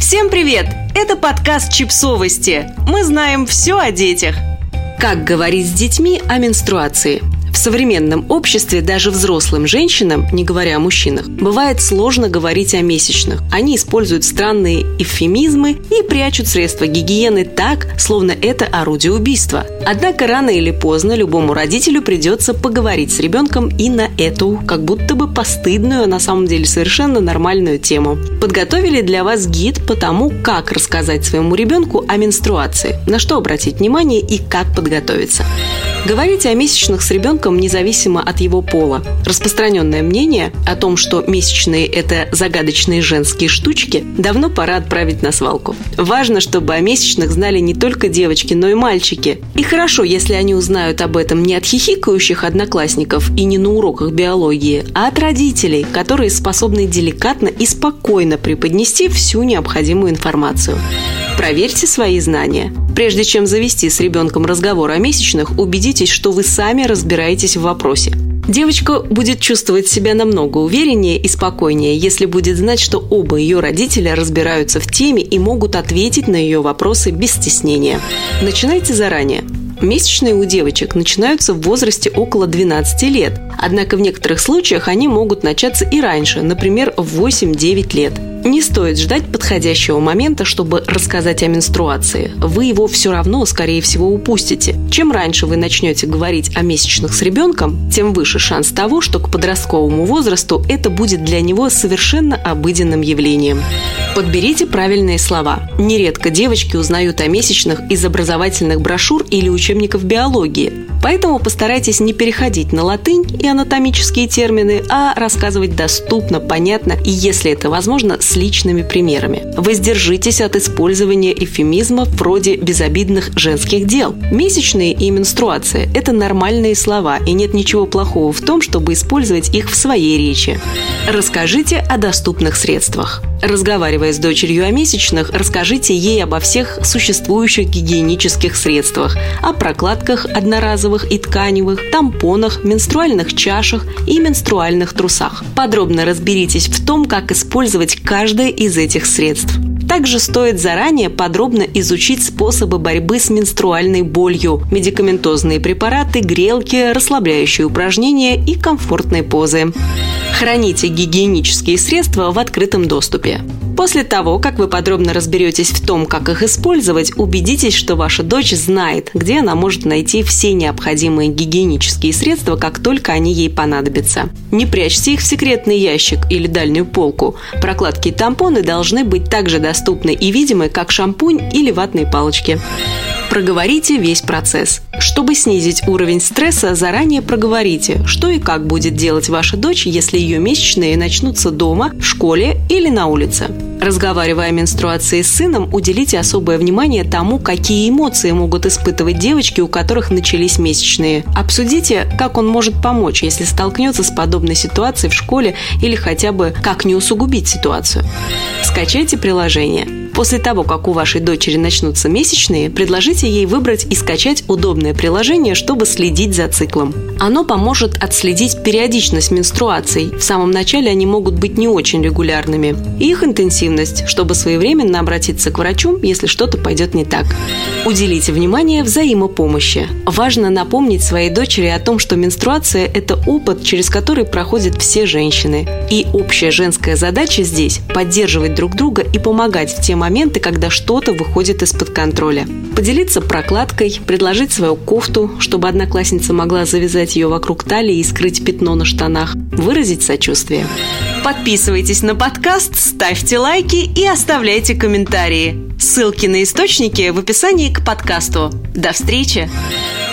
Всем привет! Это подкаст «Чипсовости». Мы знаем все о детях. Как говорить с детьми о менструации? В современном обществе даже взрослым женщинам, не говоря о мужчинах, бывает сложно говорить о месячных. Они используют странные эвфемизмы и прячут средства гигиены так, словно это орудие убийства. Однако рано или поздно любому родителю придется поговорить с ребенком и на эту, как будто бы постыдную, а на самом деле совершенно нормальную тему. Подготовили для вас гид по тому, как рассказать своему ребенку о менструации, на что обратить внимание и как подготовиться. Говорите о месячных с ребенком независимо от его пола. Распространенное мнение о том, что месячные – это загадочные женские штучки, давно пора отправить на свалку. Важно, чтобы о месячных знали не только девочки, но и мальчики. И хорошо, если они узнают об этом не от хихикающих одноклассников и не на уроках биологии, а от родителей, которые способны деликатно и спокойно преподнести всю необходимую информацию. Проверьте свои знания. Прежде чем завести с ребенком разговор о месячных, убедитесь, что вы сами разбираетесь в вопросе. Девочка будет чувствовать себя намного увереннее и спокойнее, если будет знать, что оба ее родителя разбираются в теме и могут ответить на ее вопросы без стеснения. Начинайте заранее. Месячные у девочек начинаются в возрасте около 12 лет, однако в некоторых случаях они могут начаться и раньше, например, в 8-9 лет. Не стоит ждать подходящего момента, чтобы рассказать о менструации. Вы его все равно, скорее всего, упустите. Чем раньше вы начнете говорить о месячных с ребенком, тем выше шанс того, что к подростковому возрасту это будет для него совершенно обыденным явлением. Подберите правильные слова. Нередко девочки узнают о месячных из образовательных брошюр или учебников биологии. Поэтому постарайтесь не переходить на латынь и анатомические термины, а рассказывать доступно, понятно и, если это возможно, с личными примерами. Воздержитесь от использования эвфемизмов вроде безобидных женских дел. Месячные и менструация – это нормальные слова, и нет ничего плохого в том, чтобы использовать их в своей речи. Расскажите о доступных средствах. Разговаривая с дочерью о месячных, расскажите ей обо всех существующих гигиенических средствах, о прокладках одноразовых и тканевых, тампонах, менструальных чашах и менструальных трусах. Подробно разберитесь в том, как использовать каждое из этих средств. Также стоит заранее подробно изучить способы борьбы с менструальной болью, медикаментозные препараты, грелки, расслабляющие упражнения и комфортные позы. Храните гигиенические средства в открытом доступе. После того, как вы подробно разберетесь в том, как их использовать, убедитесь, что ваша дочь знает, где она может найти все необходимые гигиенические средства, как только они ей понадобятся. Не прячьте их в секретный ящик или дальнюю полку. Прокладки и тампоны должны быть также доступны и видимы, как шампунь или ватные палочки. Проговорите весь процесс. Чтобы снизить уровень стресса, заранее проговорите, что и как будет делать ваша дочь, если ее месячные начнутся дома, в школе или на улице. Разговаривая о менструации с сыном, уделите особое внимание тому, какие эмоции могут испытывать девочки, у которых начались месячные. Обсудите, как он может помочь, если столкнется с подобной ситуацией в школе или хотя бы как не усугубить ситуацию. Скачайте приложение. После того, как у вашей дочери начнутся месячные, предложите ей выбрать и скачать удобное приложение, чтобы следить за циклом. Оно поможет отследить периодичность менструаций. В самом начале они могут быть не очень регулярными. И их интенсивность, чтобы своевременно обратиться к врачу, если что-то пойдет не так. Уделите внимание взаимопомощи. Важно напомнить своей дочери о том, что менструация – это опыт, через который проходят все женщины. И общая женская задача здесь – поддерживать друг друга и помогать в те моменты, когда что-то выходит из-под контроля. Поделиться прокладкой, предложить свою кофту, чтобы одноклассница могла завязать ее вокруг талии и скрыть пятно на штанах, выразить сочувствие. Подписывайтесь на подкаст, ставьте лайки и оставляйте комментарии. Ссылки на источники в описании к подкасту. До встречи!